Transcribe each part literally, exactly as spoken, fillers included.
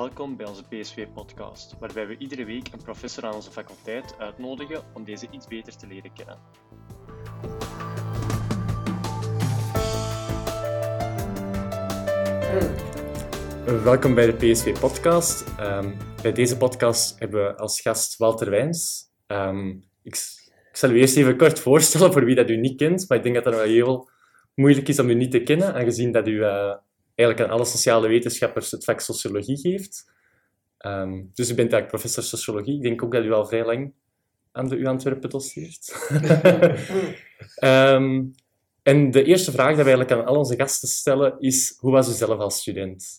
Welkom bij onze P S V-podcast, waarbij we iedere week een professor aan onze faculteit uitnodigen om deze iets beter te leren kennen. Welkom bij de P S V-podcast. Um, bij deze podcast hebben we als gast Walter Wijns. Um, ik, ik zal u eerst even kort voorstellen voor wie dat u niet kent, maar ik denk dat het wel heel moeilijk is om u niet te kennen, aangezien dat u uh, eigenlijk aan alle sociale wetenschappers het vak sociologie geeft. Um, dus u bent eigenlijk professor sociologie. Ik denk ook dat u al vrij lang aan de U Antwerpen doseert. um, en de eerste vraag die we eigenlijk aan al onze gasten stellen is: hoe was u zelf als student?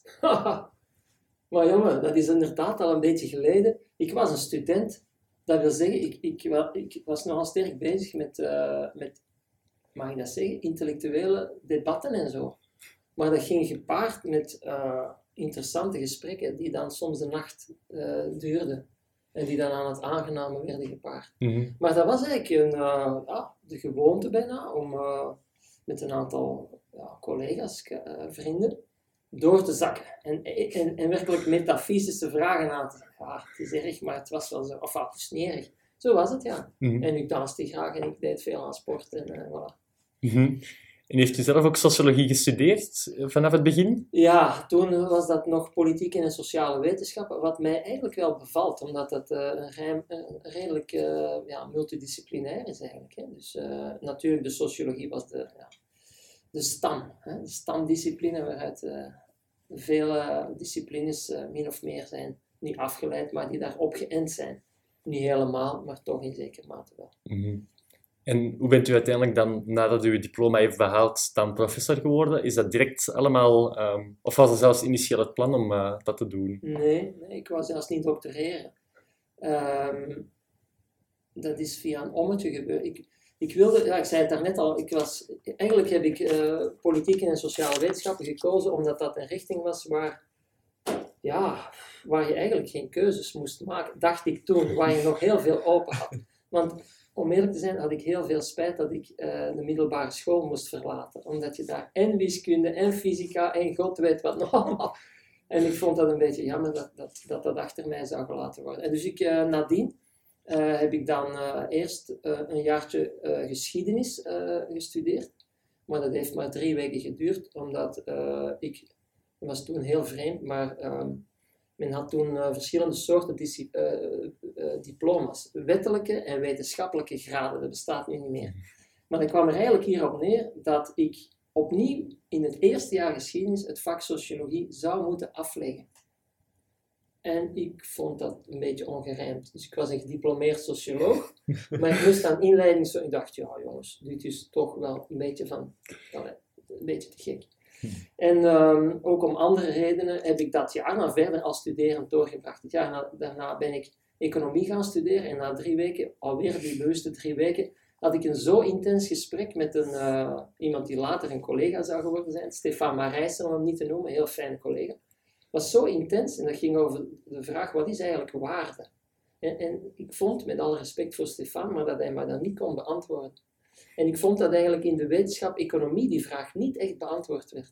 Maar jongen, dat is inderdaad al een beetje geleden. Ik was een student. Dat wil zeggen, ik, ik, ik was nogal sterk bezig met, uh, met, mag ik dat zeggen, intellectuele debatten en zo. Maar dat ging gepaard met uh, interessante gesprekken die dan soms de nacht uh, duurden. En die dan aan het aangename werden gepaard. Mm-hmm. Maar dat was eigenlijk een, uh, ja, de gewoonte bijna om uh, met een aantal ja, collega's, uh, vrienden, door te zakken. En, en, en werkelijk metafysische vragen aan te zeggen. Ja, het is erg, maar het was wel zo. Of het is niet erg. Zo was het, ja. Mm-hmm. En ik danste graag en ik deed veel aan sport en uh, voilà. Mm-hmm. En heeft u zelf ook sociologie gestudeerd vanaf het begin? Ja, toen was dat nog politieke en sociale wetenschappen, wat mij eigenlijk wel bevalt, omdat het uh, een, rijm, een redelijk uh, ja, multidisciplinair is eigenlijk. Hè. Dus uh, natuurlijk, de sociologie was de, ja, de stam, hè, de stamdiscipline waaruit uh, vele disciplines uh, min of meer zijn, niet afgeleid, maar die daarop geënt zijn. Niet helemaal, maar toch in zekere mate wel. Mm-hmm. En hoe bent u uiteindelijk dan, nadat u uw diploma heeft behaald, dan professor geworden? Is dat direct allemaal, um, of was er zelfs initieel het plan om uh, dat te doen? Nee, nee, ik wou zelfs niet doctoreren. Um, dat is via een ommetje gebeurd. Ik, ik wilde, ja, ik zei het daarnet al, ik was, eigenlijk heb ik uh, politieke en sociale wetenschappen gekozen, omdat dat een richting was waar, ja, waar je eigenlijk geen keuzes moest maken, dacht ik toen, waar je nog heel veel open had. Want om eerlijk te zijn had ik heel veel spijt dat ik uh, de middelbare school moest verlaten. Omdat je daar en wiskunde en fysica en god weet wat nog allemaal. En ik vond dat een beetje jammer dat dat, dat, dat achter mij zou gelaten worden. En dus ik, uh, nadien uh, heb ik dan uh, eerst uh, een jaartje uh, geschiedenis uh, gestudeerd. Maar dat heeft maar drie weken geduurd, omdat uh, ik, dat was toen heel vreemd, maar... Um, Men had toen uh, verschillende soorten disci- uh, uh, diploma's. Wettelijke en wetenschappelijke graden. Dat bestaat nu niet meer. Maar dan kwam er eigenlijk hierop neer dat ik opnieuw in het eerste jaar geschiedenis het vak sociologie zou moeten afleggen. En ik vond dat een beetje ongerijmd. Dus ik was een gediplomeerd socioloog. Maar ik moest aan inleiding zo... Ik dacht, ja jongens, dit is toch wel een beetje van... Nou, een beetje te gek. En um, ook om andere redenen heb ik dat jaar nou verder als studerend doorgebracht. Het jaar na, daarna ben ik economie gaan studeren en na drie weken, alweer die bewuste drie weken, had ik een zo intens gesprek met een, uh, iemand die later een collega zou geworden zijn, Stefan Marijssen, om hem niet te noemen, een heel fijne collega. Het was zo intens en dat ging over de vraag, wat is eigenlijk waarde? En, en ik vond, met alle respect voor Stefan, maar dat hij me dat niet kon beantwoorden. En ik vond dat eigenlijk in de wetenschap economie die vraag niet echt beantwoord werd.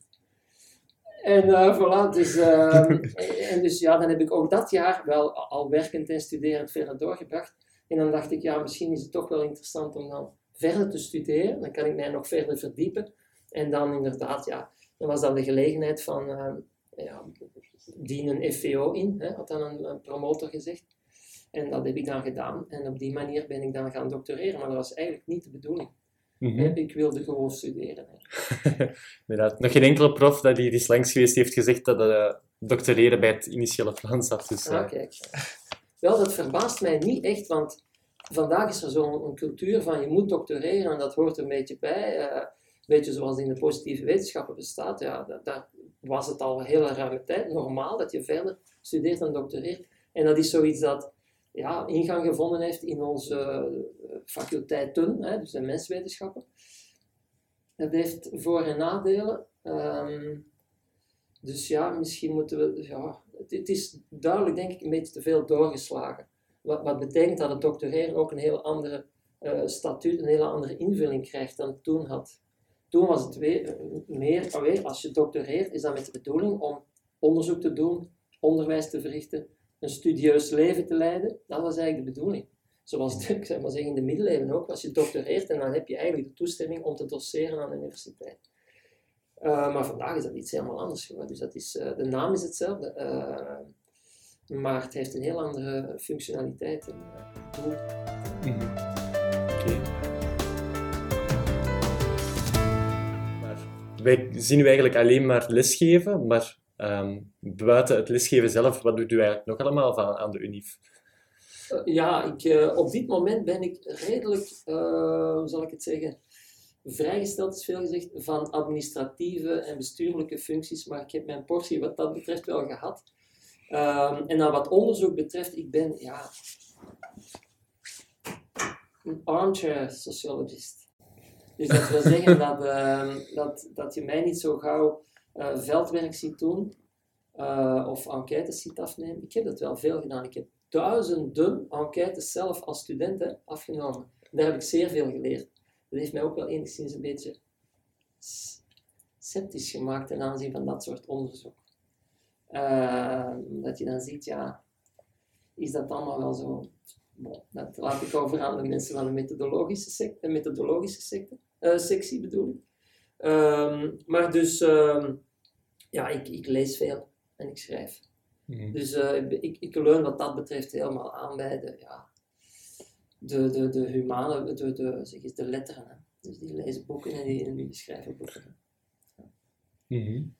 En uh, voilà, dus, uh, en dus ja, dan heb ik ook dat jaar wel al werkend en studerend verder doorgebracht. En dan dacht ik, ja, misschien is het toch wel interessant om dan verder te studeren. Dan kan ik mij nog verder verdiepen. En dan inderdaad, ja, dan was dan de gelegenheid van, uh, ja, dien een F V O in, hè, had dan een, een promotor gezegd. En dat heb ik dan gedaan. En op die manier ben ik dan gaan doctoreren. Maar dat was eigenlijk niet de bedoeling. Mm-hmm. Ik wilde gewoon studeren. Inderdaad. Nog geen enkele prof dat hier is langs geweest heeft gezegd dat uh, doctoreren bij het initiële plan zat. Dus, uh... ah, kijk. Wel, dat verbaast mij niet echt, want vandaag is er zo'n cultuur van je moet doctoreren en dat hoort een beetje bij. Uh, een beetje zoals in de positieve wetenschappen bestaat. Ja, dat, dat was het al een hele ruime tijd normaal dat je verder studeert en doctoreert. En dat is zoiets dat ja, ingang gevonden heeft in onze uh, faculteiten, hè, dus de menswetenschappen. Dat heeft voor- en nadelen. Um, dus ja, misschien moeten we... Ja, het, het is duidelijk, denk ik, een beetje te veel doorgeslagen. Wat, wat betekent dat het doctoreren ook een heel andere uh, statuut, een hele andere invulling krijgt dan het toen had. Toen was het weer, meer, alweer, als je doctoreert, is dat met de bedoeling om onderzoek te doen onderwijs te verrichten, een studieus leven te leiden. Dat was eigenlijk de bedoeling. Zoals de, ik zeg maar zeggen, in de middeleeuwen ook, als je doctoreert en dan heb je eigenlijk de toestemming om te doseren aan de universiteit. Uh, maar vandaag is dat iets helemaal anders geworden. Dus dat is, uh, de naam is hetzelfde, uh, maar het heeft een heel andere functionaliteit en uh, doel. Mm-hmm. Oké. Okay. Wij zien u eigenlijk alleen maar lesgeven, maar um, buiten het lesgeven zelf, wat doet u eigenlijk nog allemaal van, aan de UNIF? Uh, ja, ik, uh, op dit moment ben ik redelijk, uh, hoe zal ik het zeggen, vrijgesteld is veel gezegd, van administratieve en bestuurlijke functies, maar ik heb mijn portie wat dat betreft wel gehad. Um, en dan wat onderzoek betreft, ik ben ja, een armchair sociologist. Dus dat wil zeggen dat, uh, dat, dat je mij niet zo gauw uh, veldwerk ziet doen uh, of enquêtes ziet afnemen. Ik heb dat wel veel gedaan. Ik heb duizenden enquêtes zelf als student hè, afgenomen. Daar heb ik zeer veel geleerd. Dat heeft mij ook wel enigszins een beetje sceptisch gemaakt ten aanzien van dat soort onderzoek. Uh, dat je dan ziet, ja, is dat allemaal wel zo... Bon, dat laat ik over aan de mensen van de methodologische, sec- de methodologische secte, uh, sectie bedoel ik. Um, maar dus, um, ja, ik, ik lees veel en ik schrijf. Mm. Dus uh, ik, ik leun wat dat betreft helemaal aan bij de, ja, de, de, de humane, de, de, zeg eens, de letteren. Hè. Dus die lezen boeken en die, en die schrijven boeken. Ja. Mm-hmm.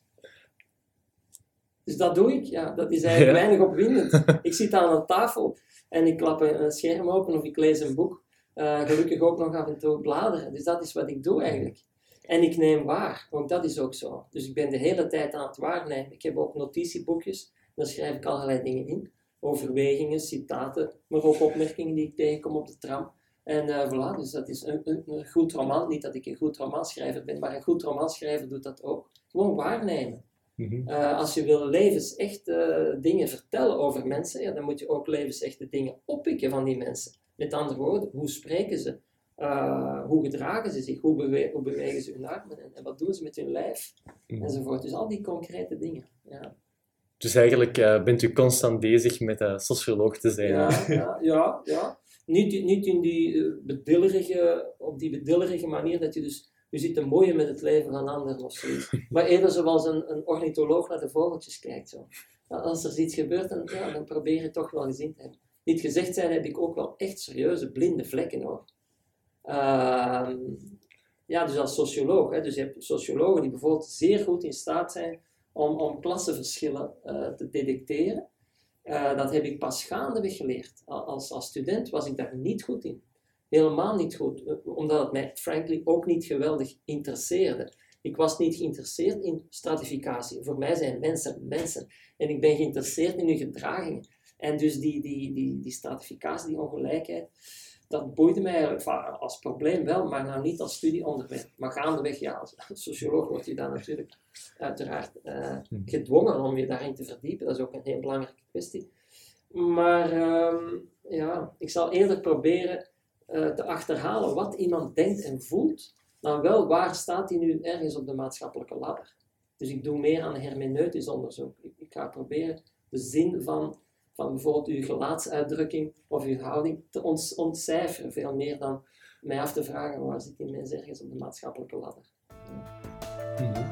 Dus dat doe ik, ja. Dat is eigenlijk ja. weinig opwindend. Ik zit aan een tafel en ik klap een scherm open of ik lees een boek. Uh, gelukkig ook nog af en toe bladeren. Dus dat is wat ik doe eigenlijk. En ik neem waar, want dat is ook zo. Dus ik ben de hele tijd aan het waarnemen. Ik heb ook notitieboekjes, daar schrijf ik allerlei dingen in. Overwegingen, citaten, maar ook opmerkingen die ik tegenkom op de tram. En uh, voilà, dus dat is een, een, een goed roman. Niet dat ik een goed romanschrijver ben, maar een goed romanschrijver doet dat ook. Gewoon waarnemen. Mm-hmm. Uh, als je wil levensechte dingen vertellen over mensen, ja, dan moet je ook levensechte dingen oppikken van die mensen. Met andere woorden, hoe spreken ze? Uh, hoe gedragen ze zich? Hoe, bewe- hoe bewegen ze hun armen? En, en wat doen ze met hun lijf? Mm-hmm. Enzovoort. Dus al die concrete dingen. Ja. Dus eigenlijk uh, bent u constant bezig met uh, socioloog te zijn. Ja, ja, ja, ja. Niet, niet in die uh, bedillerige, op die bedillerige manier dat je dus je zit te mooien met het leven van anderen of zoiets. Maar eerder zoals een, een ornitholoog naar de vogeltjes kijkt. Zo. Als er iets gebeurt, dan, ja, dan probeer je toch wel gezien te hebben. Dit gezegd zijn, heb ik ook wel echt serieuze blinde vlekken hoor. Uh, ja, dus als socioloog. Hè, dus je hebt sociologen die bijvoorbeeld zeer goed in staat zijn om, om klassenverschillen uh, te detecteren. Uh, dat heb ik pas gaandeweg geleerd. Als, als student was ik daar niet goed in. Helemaal niet goed, omdat het mij frankly ook niet geweldig interesseerde. Ik was niet geïnteresseerd in stratificatie. Voor mij zijn mensen mensen. En ik ben geïnteresseerd in hun gedragingen. En dus die, die, die, die stratificatie, die ongelijkheid, dat boeide mij eigenlijk als probleem wel, maar nou niet als studieonderwerp. Maar gaandeweg, ja, als socioloog word je dan natuurlijk uiteraard uh, gedwongen om je daarin te verdiepen. Dat is ook een heel belangrijke kwestie. Maar um, ja, ik zal eerder proberen uh, te achterhalen wat iemand denkt en voelt, dan wel waar staat hij nu ergens op de maatschappelijke ladder. Dus ik doe meer aan hermeneutisch onderzoek. Ik, ik ga proberen de zin van, van bijvoorbeeld uw gelaatsuitdrukking of uw houding te ont- ontcijferen, veel meer dan mij af te vragen waar zit die mens ergens op de maatschappelijke ladder. Ja. Mm-hmm.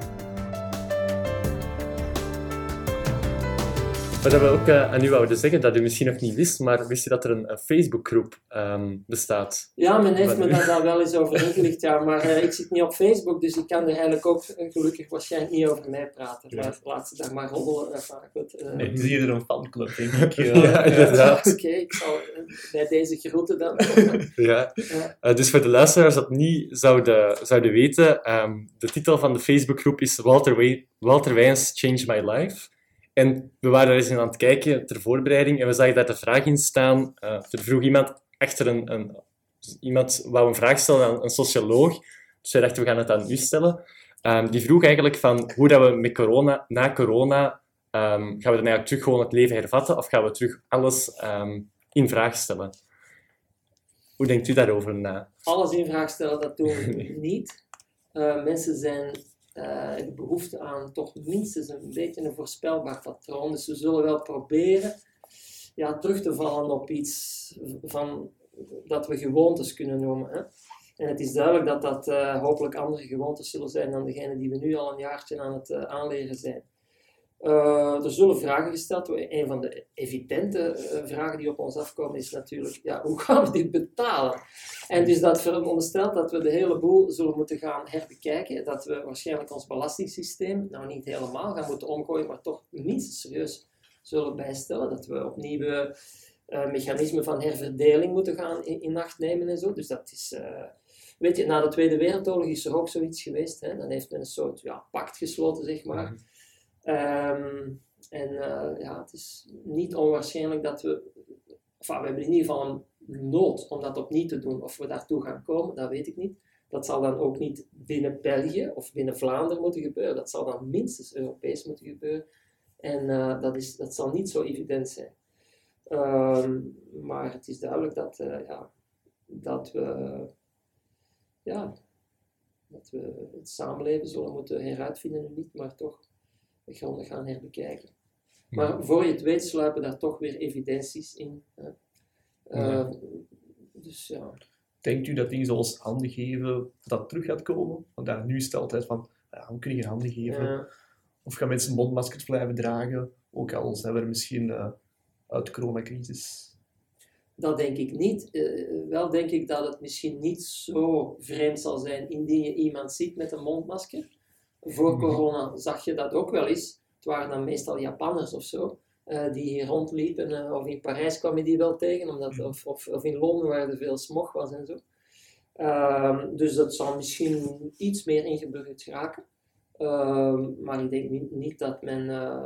Wat we ook uh, aan u wouden zeggen, dat u misschien nog niet wist, maar wist u dat er een, een Facebookgroep um, bestaat? Ja, men heeft me daar dan wel eens over ingelicht, ja, maar uh, ik zit niet op Facebook, dus ik kan er eigenlijk ook uh, gelukkig waarschijnlijk niet over mij praten. Ja. Maar laat ze daar maar roddelen. Uh, goed, uh, nee, zie je er een fanclub, denk ik. Uh, ja, inderdaad. Oké, okay, ik zal uh, bij deze groeten dan. ja. ja. Uh, dus voor de luisteraars dat niet zouden, zouden weten, um, de titel van de Facebookgroep is Walter, Way- Walter Wijns Change My Life. En we waren er eens aan het kijken ter voorbereiding en we zagen daar de vraag in staan. Uh, er vroeg iemand achter een, een... Iemand wou een vraag stellen aan een socioloog. Dus wij dachten, we gaan het aan u stellen. Um, die vroeg eigenlijk van hoe dat we met corona, na corona, um, gaan we dan eigenlijk terug gewoon het leven hervatten of gaan we terug alles um, in vraag stellen? Hoe denkt u daarover na? Alles in vraag stellen, dat doen we niet. Uh, mensen zijn... uh, hebben behoefte aan toch minstens een beetje een voorspelbaar patroon. Dus we zullen wel proberen ja, terug te vallen op iets van, dat we gewoontes kunnen noemen. Hè? En het is duidelijk dat dat uh, hopelijk andere gewoontes zullen zijn dan degene die we nu al een jaartje aan het uh, aanleren zijn. Uh, er zullen vragen gesteld worden. Een van de evidente uh, vragen die op ons afkomen is natuurlijk, ja, hoe gaan we dit betalen? En dus dat veronderstelt dat we de hele boel zullen moeten gaan herbekijken. Dat we waarschijnlijk ons belastingssysteem, nou niet helemaal gaan moeten omgooien, maar toch minstens serieus zullen bijstellen. Dat we opnieuw uh, mechanismen van herverdeling moeten gaan in, in acht nemen en zo. Dus dat is... Uh, weet je, na de Tweede Wereldoorlog is er ook zoiets geweest. Hè? Dan heeft men een soort ja, pact gesloten, zeg maar. Mm-hmm. Um, en uh, ja, het is niet onwaarschijnlijk dat we... Enfin, we hebben in ieder geval een nood om dat opnieuw te doen. Of we daartoe gaan komen, dat weet ik niet. Dat zal dan ook niet binnen België of binnen Vlaanderen moeten gebeuren. Dat zal dan minstens Europees moeten gebeuren. En uh, dat, is, dat zal niet zo evident zijn. Um, maar het is duidelijk dat, uh, ja, dat we... Ja, dat we het samenleven zullen moeten heruitvinden en niet, maar toch grondig gaan herbekijken. Maar voor je het weet sluipen daar toch weer evidenties in. Uh, ja. Dus ja. Denkt u dat dingen zoals handen geven, dat terug gaat komen? Want daar nu is het altijd van, ja, hoe kun je handen geven? Ja. Of gaan mensen mondmaskers blijven dragen? Ook al zijn we er misschien uh, uit de coronacrisis. Dat denk ik niet. Uh, wel denk ik dat het misschien niet zo vreemd zal zijn indien je iemand ziet met een mondmasker. Voor corona zag je dat ook wel eens. Het waren dan meestal Japanners of zo, uh, die hier rondliepen. Uh, of in Parijs kwam je die wel tegen, omdat, of, of, of in Londen waar er veel smog was en zo. Uh, dus dat zal misschien iets meer ingeburgerd geraken. Uh, maar ik denk niet, niet dat men... Uh,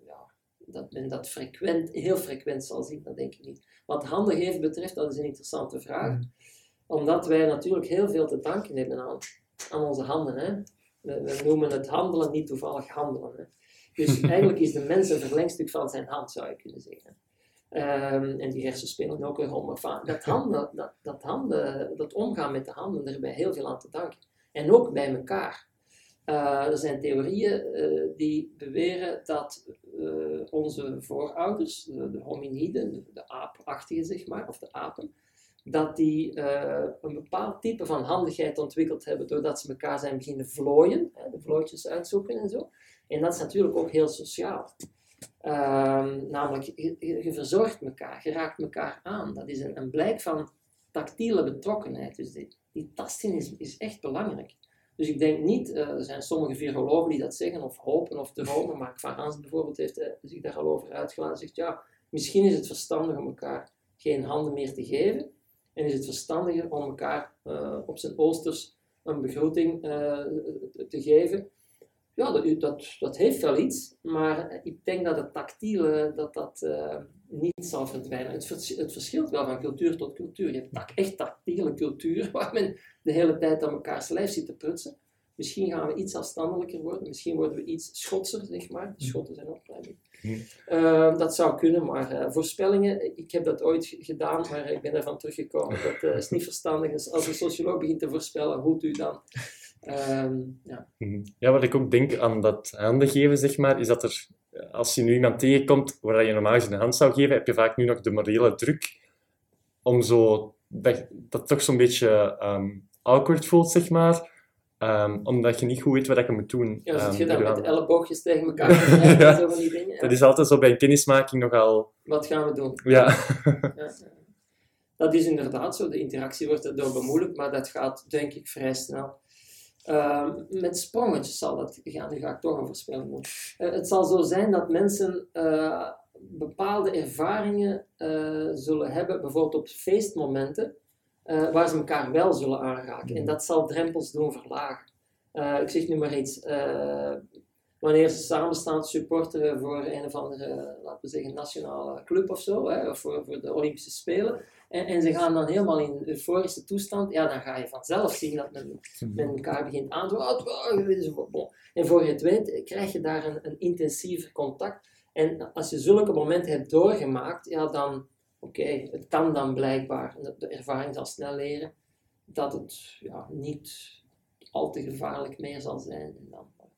dat men dat frequent, heel frequent zal zien, dat denk ik niet. Wat handen geven betreft, dat is een interessante vraag. Mm. Omdat wij natuurlijk heel veel te danken hebben aan, aan onze handen. Hè? We, we noemen het handelen niet toevallig handelen. Hè? Dus eigenlijk is de mens een verlengstuk van zijn hand, zou je kunnen zeggen. Um, en die hersenen spelen ook een rol. Maar van, dat, handen, dat, dat, handen, dat omgaan met de handen, daar hebben wij heel veel aan te danken. En ook bij elkaar. Uh, er zijn theorieën uh, die beweren dat uh, onze voorouders, de, de hominiden, de, de aapachtigen zeg maar, of de apen, dat die uh, een bepaald type van handigheid ontwikkeld hebben doordat ze elkaar zijn beginnen vlooien, hè, de vlooitjes uitzoeken en zo. En dat is natuurlijk ook heel sociaal. Uh, namelijk, je, je verzorgt elkaar, je raakt elkaar aan. Dat is een, een blijk van tactiele betrokkenheid. Dus die, die tasting is, is echt belangrijk. Dus ik denk niet, uh, er zijn sommige virologen die dat zeggen, of hopen, of dromen, maar Van Hans bijvoorbeeld heeft uh, zich daar al over uitgelaten, zegt ja, misschien is het verstandig om elkaar geen handen meer te geven, en is het verstandiger om elkaar uh, op zijn oosters een begroeting uh, te geven. Ja, dat, dat, dat heeft wel iets, maar ik denk dat het tactiele, dat dat uh, niet zal verdwijnen. Het, vers, het verschilt wel van cultuur tot cultuur. Je hebt echt tactiele cultuur, waar men de hele tijd aan mekaars lijf zit te prutsen. Misschien gaan we iets afstandelijker worden, misschien worden we iets schotser, zeg maar. De Schotten zijn ook klein. Uh, dat zou kunnen, maar uh, voorspellingen, ik heb dat ooit gedaan, maar ik ben ervan teruggekomen. Dat uh, is niet verstandig. Dus als een socioloog begint te voorspellen, hoe doe je dan? Um, ja. ja, wat ik ook denk aan dat handen geven, zeg maar, is dat er, als je nu iemand tegenkomt waar je normaal gezien een hand zou geven, heb je vaak nu nog de morele druk om zo, dat, dat toch zo'n beetje um, awkward voelt, zeg maar. Um, omdat je niet goed weet wat je moet doen. Ja, zit je um, dan met de elleboogjes tegen elkaar te ja, zo van die dingen? Ja. Dat is altijd zo bij een kennismaking nogal... Wat gaan we doen? Ja. ja. Dat is inderdaad zo, de interactie wordt erdoor bemoeilijkt, maar dat gaat denk ik vrij snel. Uh, met sprongetjes zal dat gaan, nu ga ik toch een voorspelling doen. Uh, het zal zo zijn dat mensen uh, bepaalde ervaringen uh, zullen hebben, bijvoorbeeld op feestmomenten, uh, waar ze elkaar wel zullen aanraken. En dat zal drempels doen verlagen. Uh, ik zeg nu maar iets. Uh, wanneer ze samen staan te supporteren voor een of andere, laten we zeggen, nationale club of zo, hè, of voor, voor de Olympische Spelen, en, en ze gaan dan helemaal in euforische toestand, ja, dan ga je vanzelf zien dat men met elkaar begint aan te doen. En voor je het weet, krijg je daar een, een intensiever contact. En als je zulke momenten hebt doorgemaakt, ja, dan, oké, okay, het kan dan blijkbaar, de ervaring zal snel leren, dat het ja, niet al te gevaarlijk meer zal zijn. En dan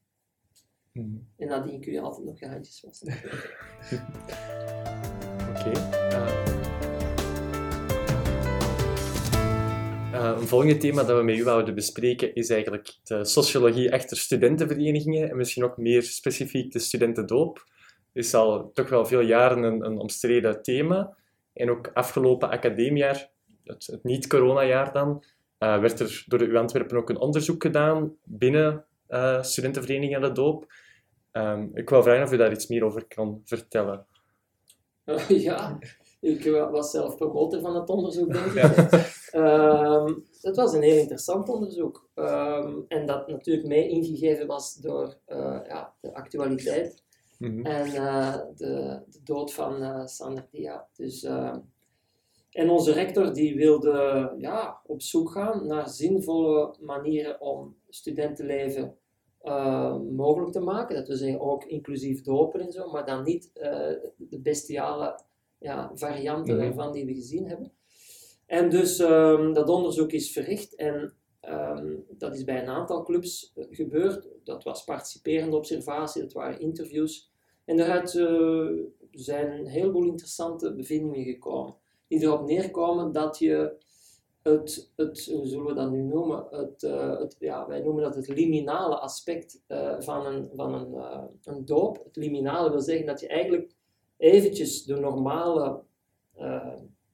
Mm. En nadien kun je altijd nog je handjes wassen. Oké. Uh, uh, een volgende thema dat we met u wouden bespreken is eigenlijk de sociologie achter studentenverenigingen en misschien ook meer specifiek de studentendoop. Het is al toch wel veel jaren een, een omstreden thema. En ook afgelopen academiejaar, het, het niet-coronajaar dan, uh, werd er door de U Antwerpen ook een onderzoek gedaan binnen uh, studentenverenigingen aan de doop. Um, ik wou vragen of u daar iets meer over kan vertellen. Uh, ja, ik was zelf promotor van het onderzoek, denk ik. Ja. um, het was een heel interessant onderzoek. Um, en dat natuurlijk mee ingegeven was door uh, ja, de actualiteit. Mm-hmm. En uh, de, de dood van uh, Sander Dia. Dus, uh, en onze rector die wilde ja, op zoek gaan naar zinvolle manieren om studentenleven uh, mogelijk te maken. Dat we zeggen ook inclusief dopen en zo, maar dan niet uh, de bestiale ja, varianten mm-hmm. daarvan die we gezien hebben. En dus um, dat onderzoek is verricht en um, dat is bij een aantal clubs uh, gebeurd. Dat was participerende observatie, dat waren interviews. En daaruit uh, zijn een heleboel interessante bevindingen gekomen. Die erop neerkomen dat je het, het hoe zullen we dat nu noemen, het, uh, het, ja, wij noemen dat het liminale aspect uh, van, een, van een, uh, een doop. Het liminale wil zeggen dat je eigenlijk eventjes de normale uh,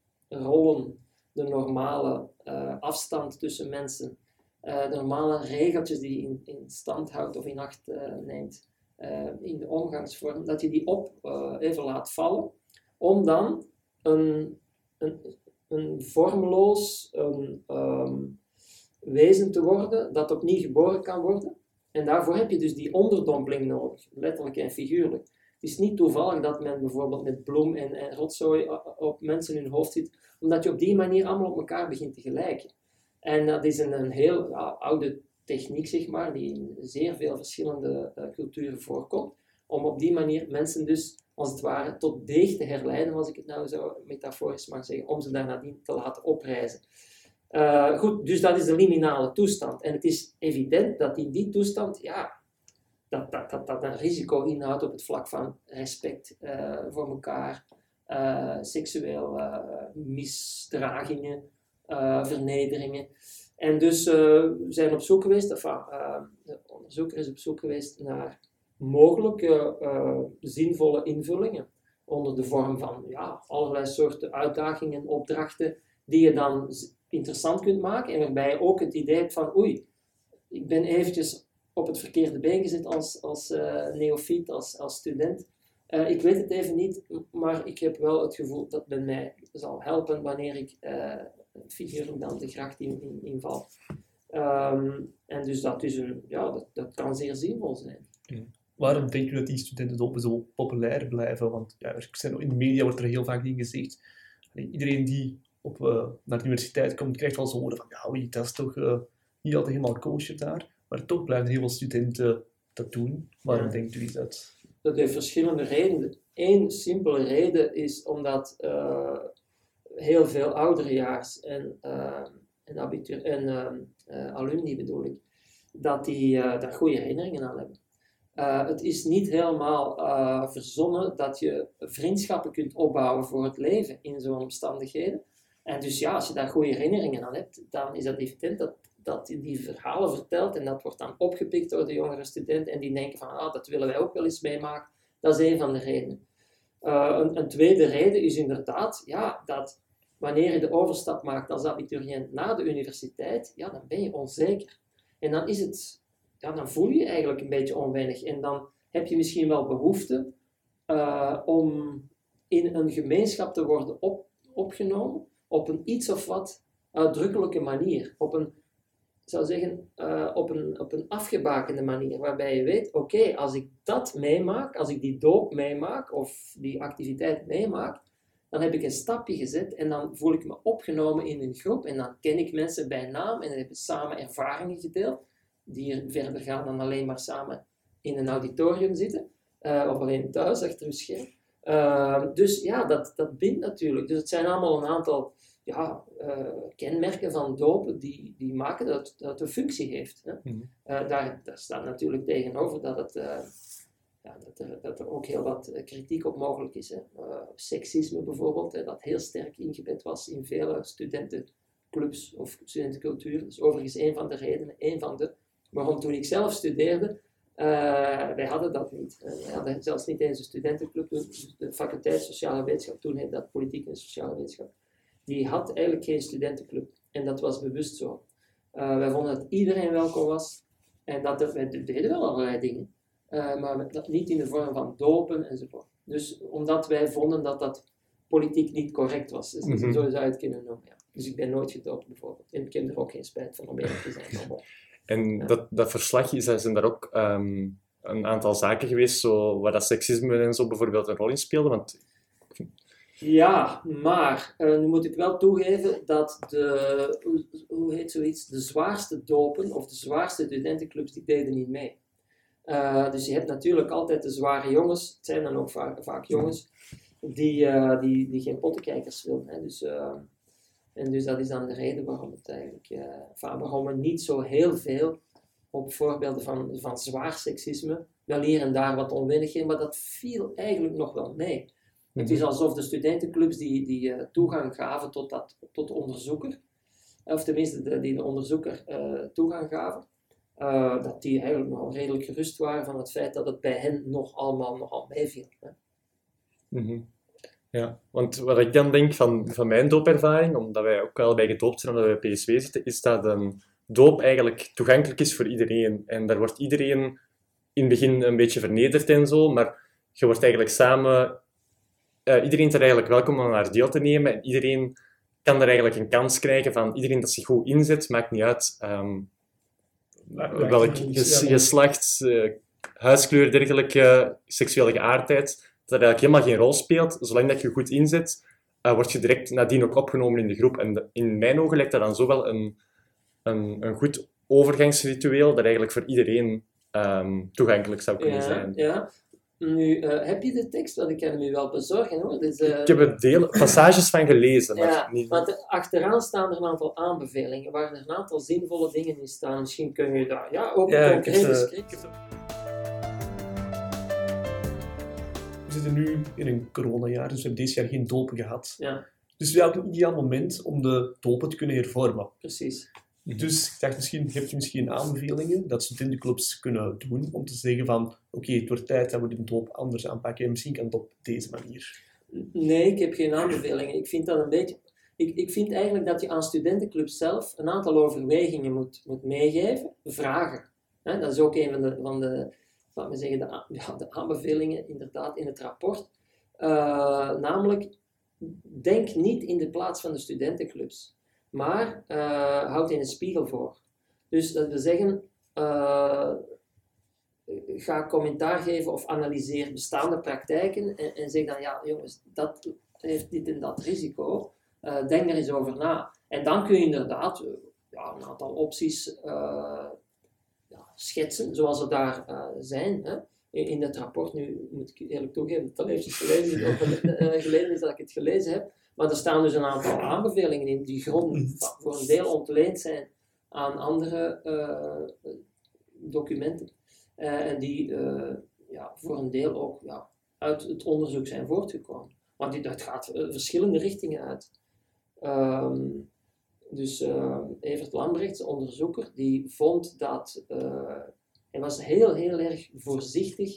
rollen, de normale uh, afstand tussen mensen, uh, de normale regeltjes die je in, in stand houdt of in acht uh, neemt, uh, in de omgangsvorm, dat je die op uh, even laat vallen, om dan een, een, een vormloos een, um, wezen te worden dat opnieuw geboren kan worden. En daarvoor heb je dus die onderdompeling nodig, letterlijk en figuurlijk. Het is niet toevallig dat men bijvoorbeeld met bloem en, en rotzooi op mensen in hun hoofd zit, omdat je op die manier allemaal op elkaar begint te gelijken. En dat is een, een heel ja, oude techniek, zeg maar, die in zeer veel verschillende uh, culturen voorkomt, om op die manier mensen dus, als het ware, tot deeg te herleiden, als ik het nou zo metaforisch mag zeggen, om ze daar nadien te laten oprijzen. Uh, goed, dus dat is de liminale toestand. En het is evident dat in die toestand, ja, dat dat, dat, dat een risico inhoudt op het vlak van respect uh, voor elkaar, uh, seksueel uh, misdragingen, uh, vernederingen. En dus uh, we zijn op zoek geweest, enfin, uh, de onderzoeker is op zoek geweest naar mogelijke uh, zinvolle invullingen onder de vorm van ja, allerlei soorten uitdagingen, opdrachten, die je dan interessant kunt maken en waarbij je ook het idee hebt van oei, ik ben eventjes op het verkeerde been gezet als, als uh, neofiet, als, als student. Uh, ik weet het even niet, maar ik heb wel het gevoel dat men mij zal helpen wanneer ik uh, figuurlijk dan de gracht in, in, inval. Um, en dus dat, is een, ja, dat, dat kan zeer zinvol zijn. Ja. Waarom denk je dat die studentendopen zo populair blijven? Want ja, in de media wordt er heel vaak in gezegd. Iedereen die op, uh, naar de universiteit komt, krijgt wel zo horen van ja, oei, dat is toch uh, niet altijd helemaal kosher daar. Maar toch blijven heel veel studenten dat doen. Waarom ja. denkt u dat? Dat heeft verschillende redenen. Eén simpele reden is omdat uh, heel veel ouderejaars en, uh, en, abitur- en uh, uh, alumni bedoel ik, dat die uh, daar goede herinneringen aan hebben. Uh, het is niet helemaal uh, verzonnen dat je vriendschappen kunt opbouwen voor het leven in zo'n omstandigheden. En dus ja, als je daar goede herinneringen aan hebt, dan is dat evident dat dat hij die verhalen vertelt en dat wordt dan opgepikt door de jongere studenten en die denken van, ah, dat willen wij ook wel eens meemaken. Dat is een van de redenen. Uh, een, een tweede reden is inderdaad, ja, dat wanneer je de overstap maakt als abiturient na de universiteit, ja, dan ben je onzeker. En dan is het, ja, dan voel je je eigenlijk een beetje onwennig en dan heb je misschien wel behoefte uh, om in een gemeenschap te worden op, opgenomen op een iets of wat uitdrukkelijke manier, op een Ik zou zeggen, uh, op, een, op een afgebakende manier, waarbij je weet, oké, okay, als ik dat meemaak, als ik die doop meemaak, of die activiteit meemaak, dan heb ik een stapje gezet en dan voel ik me opgenomen in een groep en dan ken ik mensen bij naam en dan hebben we samen ervaringen gedeeld, die er verder gaan dan alleen maar samen in een auditorium zitten, uh, of alleen thuis, achter een scherm. Uh, dus ja, dat, dat bindt natuurlijk. Dus het zijn allemaal een aantal ja, uh, kenmerken van doop die, die maken dat, dat het een functie heeft. Hè? Mm-hmm. Uh, daar, daar staat natuurlijk tegenover dat het uh, ja, dat, er, dat er ook heel wat kritiek op mogelijk is. Hè. Uh, seksisme bijvoorbeeld, hè, dat heel sterk ingebed was in vele studentenclubs of studentencultuur. Dat is overigens een van de redenen, een van de, waarom toen ik zelf studeerde, Uh, wij hadden dat niet. Uh, wij hadden zelfs niet eens een studentenclub. Dus de faculteit Sociale Wetenschap, toen heette dat Politiek en Sociale Wetenschap, die had eigenlijk geen studentenclub. En dat was bewust zo. Uh, wij vonden dat iedereen welkom was. En dat er, wij deden wel allerlei dingen. Uh, maar dat niet in de vorm van dopen enzovoort. Dus omdat wij vonden dat dat politiek niet correct was. Dus mm-hmm. Zo zou je het kunnen noemen. Ja. Dus ik ben nooit gedoopt bijvoorbeeld. En ik heb er ook geen spijt van om eerlijk te zijn. Maar En ja. dat, dat verslag, is, zijn daar ook um, een aantal zaken geweest zo, waar dat seksisme en zo bijvoorbeeld een rol in speelde? Want... Ja, maar uh, nu moet ik wel toegeven dat de, hoe, hoe heet zoiets, de zwaarste dopen of de zwaarste studentenclubs, die deden niet mee. Uh, dus je hebt natuurlijk altijd de zware jongens, het zijn dan ook vaak, vaak jongens, die, uh, die, die geen pottenkijkers willen. Hè. Dus... Uh, En dus dat is dan de reden waarom, het eigenlijk, uh, enfin, waarom we niet zo heel veel op voorbeelden van, van zwaar seksisme, wel hier en daar wat onwennigheden, maar dat viel eigenlijk nog wel mee. Mm-hmm. Het is alsof de studentenclubs die, die uh, toegang gaven tot, dat, tot de onderzoeker, of tenminste de, die de onderzoeker uh, toegang gaven, uh, dat die eigenlijk nog redelijk gerust waren van het feit dat het bij hen nog allemaal nogal meeviel. Hè. Mm-hmm. Ja, want wat ik dan denk van, van mijn doopervaring, omdat wij ook wel bij gedoopt zijn, omdat wij bij P S W zitten, is dat een doop eigenlijk toegankelijk is voor iedereen. En daar wordt iedereen in het begin een beetje vernederd en zo, maar je wordt eigenlijk samen... Uh, iedereen is er eigenlijk welkom om naar deel te nemen. En iedereen kan er eigenlijk een kans krijgen van iedereen dat zich goed inzet, maakt niet uit um, welk geslacht, uh, huidskleur, dergelijke, seksuele geaardheid... dat er eigenlijk helemaal geen rol speelt. Zolang dat je je goed inzet, uh, word je direct nadien ook opgenomen in de groep. En de, in mijn ogen lijkt dat dan zo wel een, een, een goed overgangsritueel dat eigenlijk voor iedereen um, toegankelijk zou kunnen ja, zijn. Ja. Nu, uh, heb je de tekst? Want ik kan hem u wel bezorgen, hoor. Dus, uh, ik heb er deel, passages van gelezen. Maar ja, niet... want achteraan staan er een aantal aanbevelingen, waar er een aantal zinvolle dingen in staan. Misschien kun je daar ja, ook ja, een concrete script... We zitten nu in een coronajaar, dus we hebben dit jaar geen dopen gehad. Ja. Dus we hebben een ideaal moment om de dopen te kunnen hervormen. Precies. Dus ik dacht, misschien heb je misschien aanbevelingen dat studentenclubs kunnen doen om te zeggen van oké, okay, het wordt tijd dat we de doop anders aanpakken en misschien kan het op deze manier. Nee, ik heb geen aanbevelingen. Ik vind dat een beetje... Ik, ik vind eigenlijk dat je aan studentenclubs zelf een aantal overwegingen moet, moet meegeven, vragen. He, dat is ook een van de... Van de laat me zeggen, de, ja, de aanbevelingen inderdaad in het rapport. Uh, namelijk, denk niet in de plaats van de studentenclubs, maar uh, houd in een spiegel voor. Dus dat wil zeggen, uh, ga commentaar geven of analyseer bestaande praktijken en, en zeg dan, ja jongens, dat heeft dit en dat risico, uh, denk er eens over na. En dan kun je inderdaad uh, ja, een aantal opties uh, schetsen, zoals er daar uh, zijn. Hè. In, in het rapport, nu moet ik eerlijk toegeven, dat het al eventjes geleden, of, uh, geleden is dat ik het gelezen heb, maar er staan dus een aantal aanbevelingen in die grond voor een deel ontleend zijn aan andere uh, documenten uh, en die uh, ja, voor een deel ook ja, uit het onderzoek zijn voortgekomen. Want dit, dat gaat uh, verschillende richtingen uit. Um, Dus uh, Evert Lambrechts, onderzoeker, die vond dat, uh, hij was heel, heel erg voorzichtig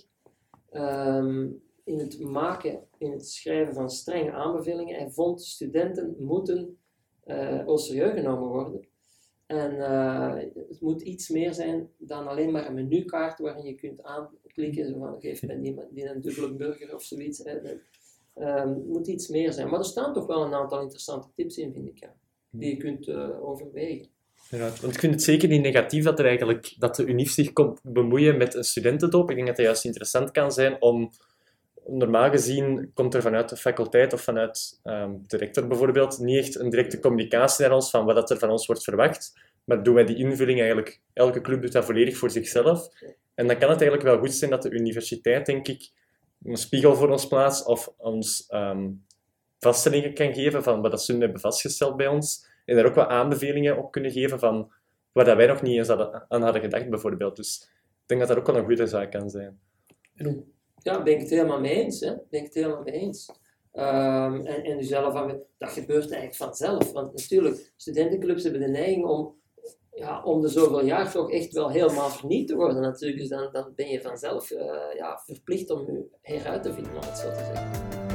um, in het maken, in het schrijven van strenge aanbevelingen. Hij vond studenten moeten uh, au serieus genomen worden. En uh, het moet iets meer zijn dan alleen maar een menukaart waarin je kunt aanklikken, zo van geef mij die, die een dubbele burger of zoiets. Hè. Um, het moet iets meer zijn. Maar er staan toch wel een aantal interessante tips in, vind ik. Ja. Die je kunt uh, overwegen. Ja, want ik vind het zeker niet negatief dat, er eigenlijk, dat de U N I F zich komt bemoeien met een studentendoop. Ik denk dat het juist interessant kan zijn om, normaal gezien, komt er vanuit de faculteit of vanuit um, de rector bijvoorbeeld, niet echt een directe communicatie naar ons van wat er van ons wordt verwacht. Maar doen wij die invulling eigenlijk, elke club doet dat volledig voor zichzelf. En dan kan het eigenlijk wel goed zijn dat de universiteit, denk ik, een spiegel voor ons plaatst of ons... Um, vaststellingen kan geven van wat dat ze hebben vastgesteld bij ons. En daar ook wat aanbevelingen op kunnen geven van waar dat wij nog niet eens hadden, aan hadden gedacht, bijvoorbeeld. Dus ik denk dat dat ook wel een goede zaak kan zijn. En hoe ja, ben ik het helemaal mee eens. Hè? Ben ik het helemaal mee eens. Um, en, en jezelf aan, dat gebeurt eigenlijk vanzelf. Want natuurlijk, studentenclubs hebben de neiging om, ja, om de zoveel jaar toch echt wel helemaal vernieuwd te worden natuurlijk. Dus dan, dan ben je vanzelf uh, ja, verplicht om je heruit te vinden, om het zo te zeggen.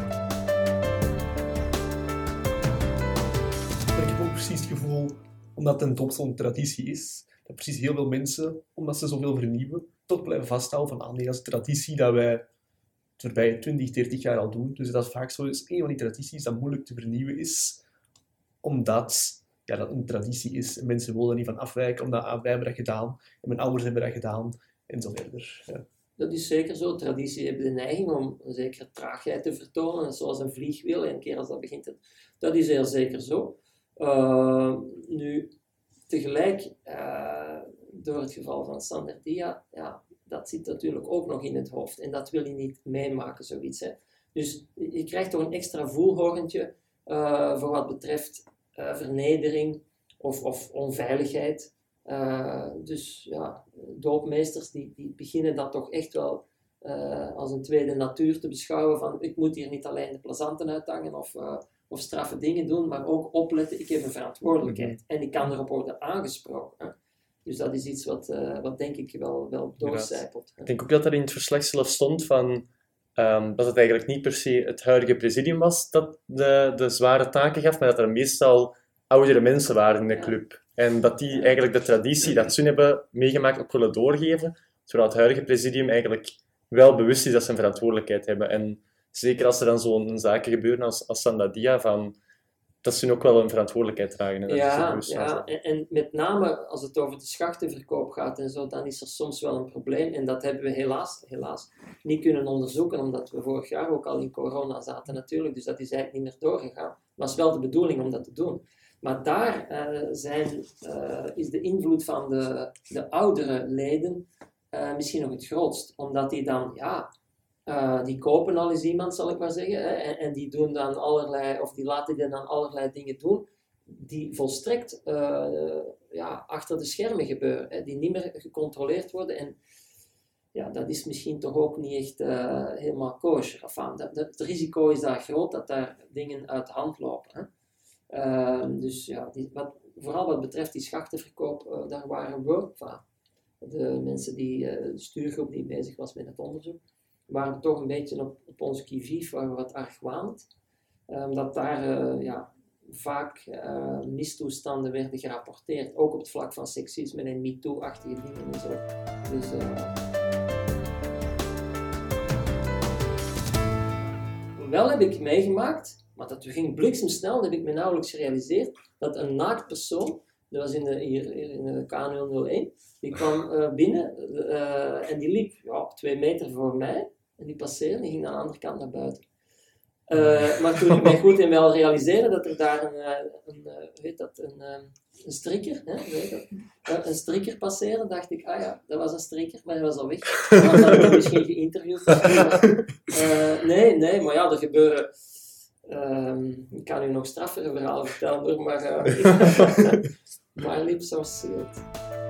Ik heb ook precies het gevoel, omdat het een top zo'n traditie is, dat precies heel veel mensen, omdat ze zoveel vernieuwen, toch blijven vasthouden van, ah nee, dat is een traditie dat wij het voorbije twintig, dertig jaar al doen. Dus dat is vaak zo is een van die tradities dat moeilijk te vernieuwen is, omdat ja, dat een traditie is en mensen willen er niet van afwijken, omdat ah, wij hebben dat gedaan en mijn ouders hebben dat gedaan en zo verder. Ja. Dat is zeker zo. Traditie hebben de neiging om een zekere traagheid te vertonen, zoals een vliegwiel, en een keer als dat begint, het, dat is heel zeker zo. Uh, nu, tegelijk, uh, door het geval van Sander Dia, ja, dat zit natuurlijk ook nog in het hoofd. En dat wil je niet meemaken, zoiets. Hè. Dus je krijgt toch een extra voelhorentje uh, voor wat betreft uh, vernedering of, of onveiligheid. Uh, dus ja, doopmeesters die, die beginnen dat toch echt wel uh, als een tweede natuur te beschouwen. Van, ik moet hier niet alleen de plezanten uithangen of... Uh, of straffe dingen doen, maar ook opletten, ik heb een verantwoordelijkheid. Mm-hmm. En ik kan erop worden aangesproken. Hè. Dus dat is iets wat, uh, wat denk ik wel, wel doorcijpelt. Ik denk ook dat er in het verslag zelf stond van, um, dat het eigenlijk niet per se het huidige presidium was dat de, de zware taken gaf, maar dat er meestal oudere mensen waren in de club. Ja. En dat die eigenlijk de traditie dat ze hebben meegemaakt ook willen doorgeven, zodat het huidige presidium eigenlijk wel bewust is dat ze een verantwoordelijkheid hebben. En zeker als er dan zo'n zaken gebeuren als, als Sandadia, van, dat ze ook wel een verantwoordelijkheid dragen. En dat ja, is ja. En, en met name als het over de schachtenverkoop gaat en zo, dan is er soms wel een probleem. En dat hebben we helaas, helaas niet kunnen onderzoeken, omdat we vorig jaar ook al in corona zaten natuurlijk. Dus dat is eigenlijk niet meer doorgegaan. Maar het is wel de bedoeling om dat te doen. Maar daar uh, zijn, uh, is de invloed van de, de oudere leden uh, misschien nog het grootst. Omdat die dan, ja... Uh, die kopen al eens iemand, zal ik maar zeggen, hè, en, en die doen dan allerlei, of die laten die dan allerlei dingen doen die volstrekt uh, ja, achter de schermen gebeuren, hè, die niet meer gecontroleerd worden. En ja, dat is misschien toch ook niet echt uh, helemaal kosher. Enfin, dat, dat, het risico is daar groot dat daar dingen uit de hand lopen. Hè. Uh, dus ja, die, wat, vooral wat betreft die schachtenverkoop, uh, daar waren we, enfin, de mensen die, uh, de stuurgroep die bezig was met het onderzoek, waren we toch een beetje op, op onze qui-vive, waren we wat argwanend. Omdat um, daar uh, ja, vaak uh, mistoestanden werden gerapporteerd. Ook op het vlak van seksisme en MeToo-achtige dingen en zo. Dus, uh... Wel heb ik meegemaakt, maar dat ging bliksemsnel, dat heb ik me nauwelijks gerealiseerd, dat een naakt persoon, dat was in de, hier, hier in de K nul nul één, die kwam uh, binnen uh, en die liep ja, twee meter voor mij. En die passeerde, die ging aan de andere kant naar buiten. Uh, maar toen ik mij goed en wel realiseerde dat er daar een, een, een, weet dat, een, een strikker, hè, weet dat, uh, een strikker passeerde, dacht ik, ah ja, dat was een strikker, maar hij was al weg. Dan had ik hem misschien geïnterviewd. Uh, nee, nee, maar ja, er gebeuren... Uh, ik kan u nog straffere verhalen vertellen, maar... Uh, my lips are sealed.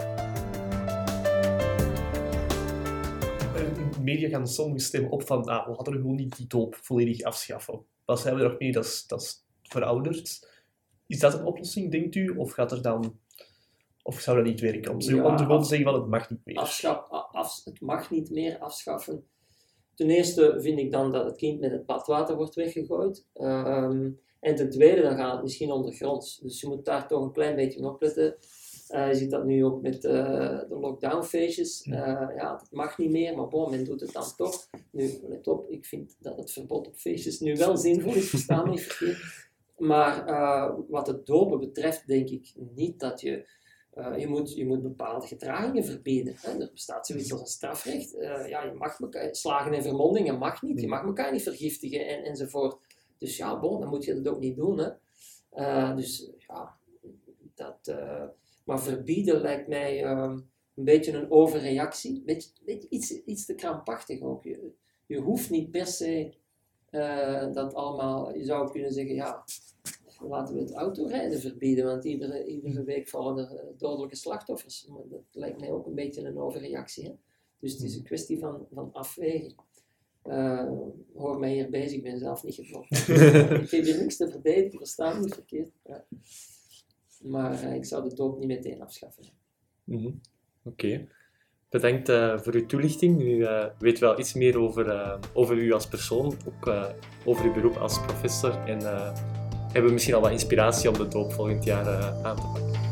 Media gaan sommige stemmen op van, ah, we hadden gewoon niet die doop volledig afschaffen. Wat zijn we er nog mee? Dat is, dat is verouderd. Is dat een oplossing, denkt u? Of gaat er dan... Of zou dat niet werken? Om, ja, om te gewoon te zeggen van, het mag niet meer. Afschaf, af, het mag niet meer afschaffen. Ten eerste vind ik dan dat het kind met het badwater wordt weggegooid. Um, en ten tweede, dan gaat het misschien ondergronds. Dus je moet daar toch een klein beetje op letten. Uh, je ziet dat nu ook met uh, de lockdownfeestjes. Uh, ja, dat mag niet meer, maar bon, men doet het dan toch. Nu, let op, ik vind dat het verbod op feestjes nu wel zinvol is, verstaan me niet verkeerd. Maar uh, wat het dopen betreft, denk ik niet dat je... Uh, je, moet, je moet bepaalde gedragingen verbieden. Hè. Er bestaat zoiets als een strafrecht. Uh, ja, je mag elkaar, slagen en vermondingen mag niet. Je mag elkaar niet vergiftigen en, enzovoort. Dus ja, bon, dan moet je dat ook niet doen. Hè. Uh, dus ja, dat... Uh, Maar verbieden lijkt mij um, een beetje een overreactie. Beetje, beetje iets, iets te krampachtig ook. Je, je hoeft niet per se uh, dat allemaal... Je zou kunnen zeggen, ja, laten we het autorijden verbieden. Want iedere, iedere week vallen er dodelijke slachtoffers. Maar dat lijkt mij ook een beetje een overreactie. Hè? Dus het is een kwestie van, van afwegen. Uh, hoor mij hier bezig, ik ben zelf niet gedoopt. Ik heb hier niks te verdedigen, verstaan me niet verkeerd. Ja. Maar uh, ik zou de doop niet meteen afschaffen. Mm-hmm. Oké. Okay. Bedankt uh, voor uw toelichting. U uh, weet wel iets meer over, uh, over u als persoon, ook uh, over uw beroep als professor. En uh, hebben misschien al wat inspiratie om de doop volgend jaar uh, aan te pakken.